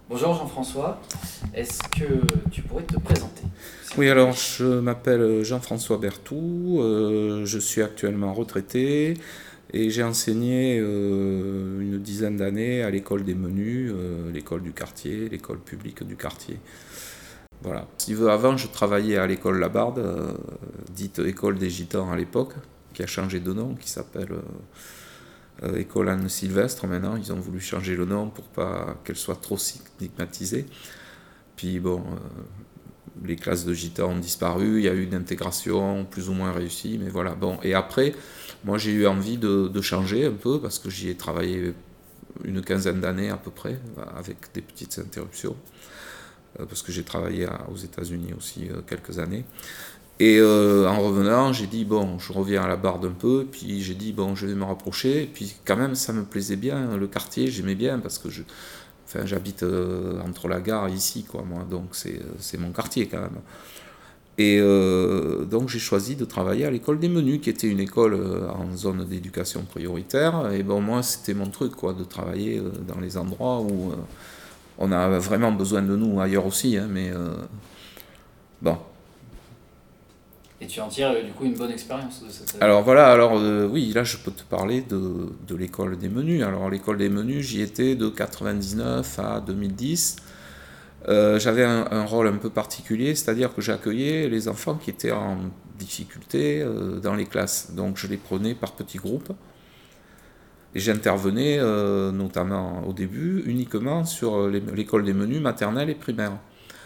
Bonjour Jean-François, est-ce que tu pourrais te présenter, s'il Oui, te alors plaît? je m'appelle Jean-François Berthou, je suis actuellement retraité et j'ai enseigné une dizaine d'années à l'école des menus, l'école du quartier, l'école publique du quartier. Voilà. Si tu veux, avant, je travaillais à l'école Labarde, dite école des Gitans à l'époque, qui a changé de nom, qui s'appelle école Anne Sylvestre maintenant. Ils ont voulu changer le nom pour pas qu'elle soit trop stigmatisée. Puis bon, les classes de gitans ont disparu, il y a eu une intégration plus ou moins réussie, mais voilà. Bon, et après, moi j'ai eu envie de changer un peu parce que j'y ai travaillé une quinzaine d'années à peu près, avec des petites interruptions, parce que j'ai travaillé aux États-Unis aussi quelques années. Et en revenant, j'ai dit, bon, je reviens à la barre un peu, puis j'ai dit, bon, je vais me rapprocher, et puis quand même, ça me plaisait bien, le quartier, j'aimais bien, parce que enfin, j'habite entre la gare et ici, quoi, moi, donc c'est mon quartier quand même. Et donc j'ai choisi de travailler à l'école des menus, qui était une école en zone d'éducation prioritaire. Et bon, moi, c'était mon truc, quoi, de travailler dans les endroits où on a vraiment besoin de nous, ailleurs aussi, hein, mais bon. Et tu en tires du coup une bonne expérience de cette... Alors voilà, alors oui, là je peux te parler de l'école des menus. Alors l'école des menus, j'y étais de 99 à 2010. J'avais un rôle un peu particulier, c'est-à-dire que j'accueillais les enfants qui étaient en difficulté dans les classes. Donc je les prenais par petits groupes et j'intervenais notamment au début uniquement sur l'école des menus maternelle et primaire.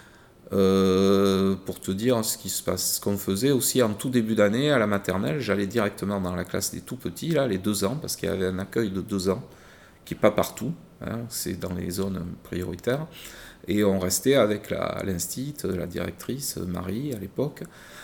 Pour te dire ce qui se passe, ce qu'on faisait aussi en tout début d'année à la maternelle, j'allais directement dans la classe des tout petits, là, les 2 ans, parce qu'il y avait un accueil de 2 ans qui n'est pas partout, hein, c'est dans les zones prioritaires. Et on restait avec l'instit, la directrice, Marie à l'époque.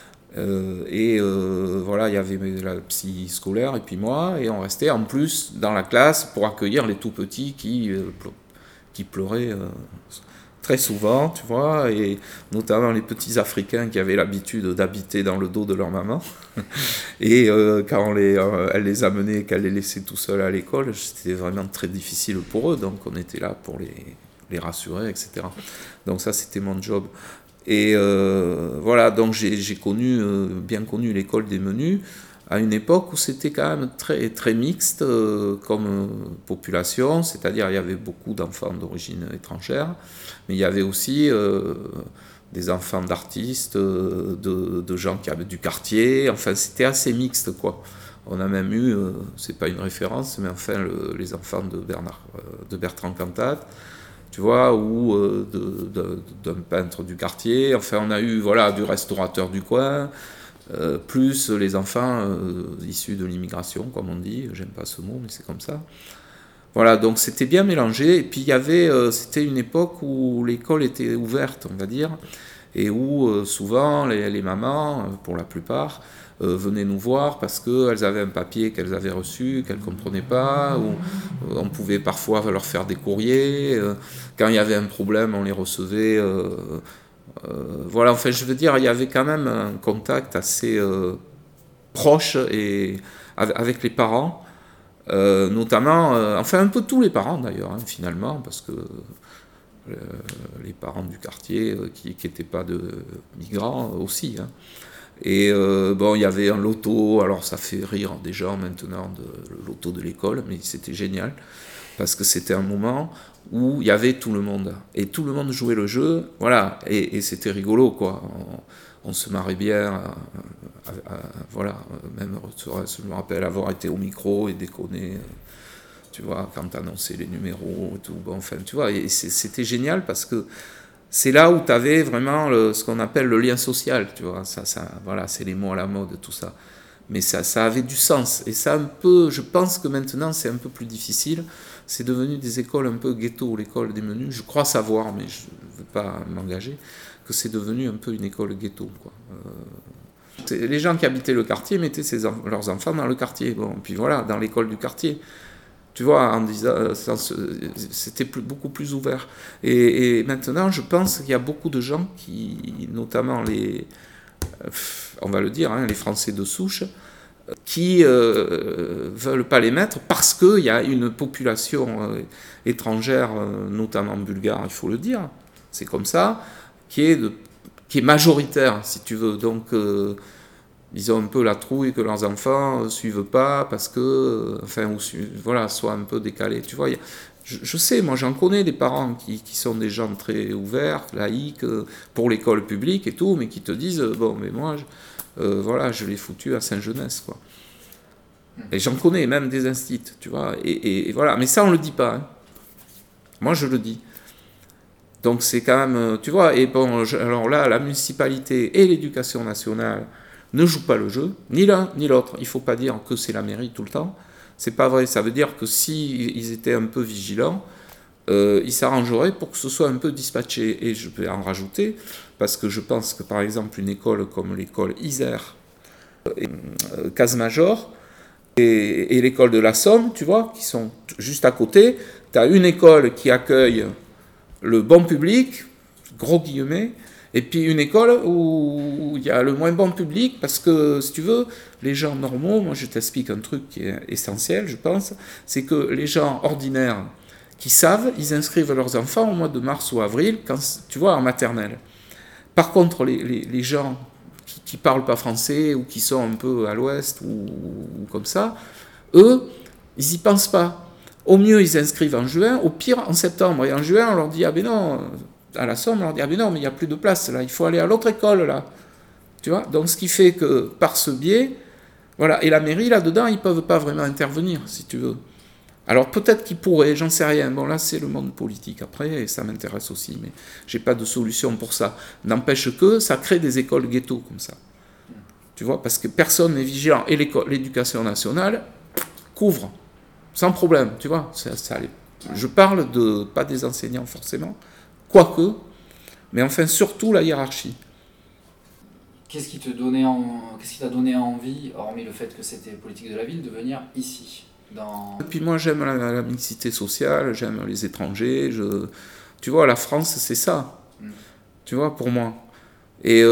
Voilà, il y avait la psy scolaire et puis moi, et on restait en plus dans la classe pour accueillir les tout petits qui pleuraient très souvent, tu vois, et notamment les petits Africains qui avaient l'habitude d'habiter dans le dos de leur maman. Et quand elle les amenait, qu'elle les laissait tout seuls à l'école, c'était vraiment très difficile pour eux, donc on était là pour les rassurer, etc. Donc ça, c'était mon job. Et voilà, donc j'ai connu, bien connu l'école des menus à une époque où c'était quand même très, très mixte comme population, c'est-à-dire il y avait beaucoup d'enfants d'origine étrangère, mais il y avait aussi des enfants d'artistes, de gens qui avaient du quartier, enfin c'était assez mixte quoi. On a même eu, c'est pas une référence, mais enfin les enfants de Bertrand Cantat, tu vois, ou d'un peintre du quartier. Enfin, on a eu voilà, du restaurateur du coin, plus les enfants issus de l'immigration, comme on dit. J'aime pas ce mot, mais c'est comme ça. Voilà, donc c'était bien mélangé. Et puis il y avait, c'était une époque où l'école était ouverte, on va dire, et où souvent les mamans, pour la plupart, venaient nous voir parce qu'elles avaient un papier qu'elles avaient reçu, qu'elles ne comprenaient pas, ou on pouvait parfois leur faire des courriers. Quand il y avait un problème, on les recevait. Voilà, enfin, je veux dire, il y avait quand même un contact assez proche et, avec les parents, notamment, enfin un peu tous les parents d'ailleurs, hein, finalement, parce que les parents du quartier qui n'étaient pas de migrants aussi. Hein. Et bon, il y avait un loto, alors ça fait rire des gens maintenant, le loto de l'école, mais c'était génial, parce que c'était un moment où il y avait tout le monde, et tout le monde jouait le jeu, voilà, et c'était rigolo, quoi. On se marrait bien, voilà, même, je me rappelle avoir été au micro et déconner, tu vois, quand t'annonçais les numéros et tout, bon, enfin, tu vois, et c'était génial parce que c'est là où tu avais vraiment ce qu'on appelle le lien social, tu vois. Voilà, c'est les mots à la mode, tout ça. Mais ça avait du sens. Et ça, un peu, je pense que maintenant, c'est un peu plus difficile. C'est devenu des écoles un peu ghetto, l'école des menus. Je crois savoir, mais je ne veux pas m'engager, que c'est devenu un peu une école ghetto, quoi. Les gens qui habitaient le quartier mettaient leurs enfants dans le quartier. Bon, puis voilà, dans l'école du quartier. Tu vois, en disant, c'était beaucoup plus ouvert. Et maintenant, je pense qu'il y a beaucoup de gens qui, notamment on va le dire, hein, les Français de souche, qui veulent pas les mettre parce qu'il y a une population étrangère, notamment bulgare, il faut le dire, c'est comme ça, qui est majoritaire, si tu veux. Donc, ils ont un peu la trouille que leurs enfants ne suivent pas parce que, voilà, soient un peu décalés. Tu vois, je sais, moi j'en connais des parents qui sont des gens très ouverts, laïcs, pour l'école publique et tout, mais qui te disent, bon, mais moi, voilà, je l'ai foutu à Saint-Genès, quoi. Et j'en connais même des instituts, tu vois, et voilà, mais ça on le dit pas, hein. Moi je le dis. Donc c'est quand même, tu vois, et bon, alors là, la municipalité et l'éducation nationale ne jouent pas le jeu, ni l'un ni l'autre. Il ne faut pas dire que c'est la mairie tout le temps. C'est pas vrai. Ça veut dire que s'ils étaient un peu vigilants, ils s'arrangeraient pour que ce soit un peu dispatché. Et je peux en rajouter, parce que je pense que par exemple une école comme l'école Isère, Casamajor, et l'école de la Somme, tu vois, qui sont juste à côté, tu as une école qui accueille le bon public, gros guillemets, et puis une école où il y a le moins bon public, parce que, si tu veux, les gens normaux, moi je t'explique un truc qui est essentiel, je pense, c'est que les gens ordinaires qui savent, ils inscrivent leurs enfants au mois de mars ou avril, quand, tu vois, en maternelle. Par contre, les gens qui parlent pas français ou qui sont un peu à l'ouest ou comme ça, eux, ils y pensent pas. Au mieux, ils inscrivent en juin, au pire, en septembre. Et en juin, on leur dit, ah ben non, à la Somme, on leur dit, ah ben non, mais il n'y a plus de place, là, il faut aller à l'autre école, là. Tu vois? Donc, ce qui fait que, par ce biais, voilà, et la mairie, là-dedans, ils ne peuvent pas vraiment intervenir, si tu veux. Alors, peut-être qu'ils pourraient, j'en sais rien. Bon, là, c'est le monde politique, après, et ça m'intéresse aussi, mais j'ai pas de solution pour ça. N'empêche que ça crée des écoles ghetto, comme ça. Tu vois? Parce que personne n'est vigilant. Et l'éducation nationale couvre. Sans problème, tu vois, je parle pas des enseignants forcément, quoique, mais enfin surtout la hiérarchie. Qu'est-ce qui t'a donné envie, hormis le fait que c'était politique de la ville, de venir ici Et puis moi j'aime la mixité sociale, j'aime les étrangers, tu vois, la France c'est ça, tu vois, pour moi. Et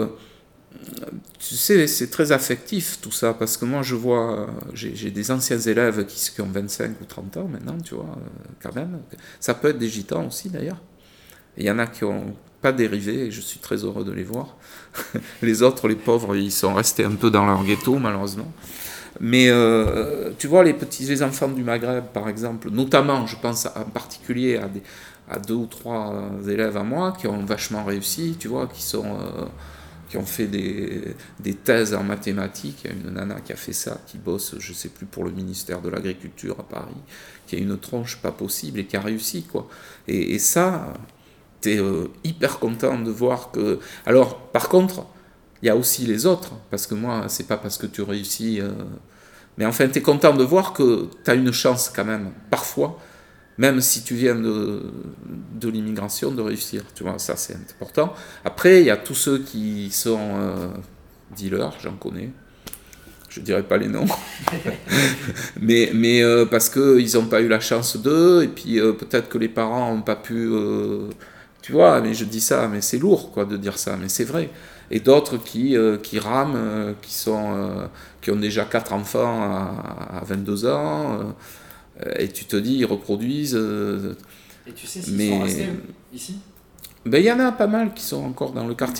tu sais, c'est très affectif tout ça, parce que moi je vois, j'ai des anciens élèves qui ont 25 ou 30 ans maintenant, tu vois, quand même. Ça peut être des gitans aussi d'ailleurs. Il y en a qui n'ont pas dérivé, et je suis très heureux de les voir. Les autres, les pauvres, ils sont restés un peu dans leur ghetto, malheureusement. Mais tu vois, les enfants du Maghreb, par exemple, notamment, je pense en particulier à 2 ou 3 élèves à moi qui ont vachement réussi, tu vois, qui ont fait des thèses en mathématiques. Il y a une nana qui a fait ça, qui bosse, je ne sais plus, pour le ministère de l'Agriculture à Paris, qui a une tronche pas possible et qui a réussi, quoi. Et ça, tu es hyper content de voir que... Alors, par contre, il y a aussi les autres, parce que moi, c'est pas parce que tu réussis... Mais enfin, tu es content de voir que tu as une chance quand même, parfois, même si tu viens de l'immigration, de réussir. Tu vois, ça c'est important. Après, il y a tous ceux qui sont dealers, j'en connais. Je dirais pas les noms. mais parce qu'ils n'ont pas eu la chance d'eux, et puis peut-être que les parents n'ont pas pu... tu vois, mais je dis ça, mais c'est lourd quoi de dire ça, mais c'est vrai. Et d'autres qui rament, qui ont déjà 4 enfants à 22 ans, et tu te dis, ils reproduisent. Et tu sais s'ils sont restés ici? Ben, il y en a pas mal qui sont encore dans le quartier.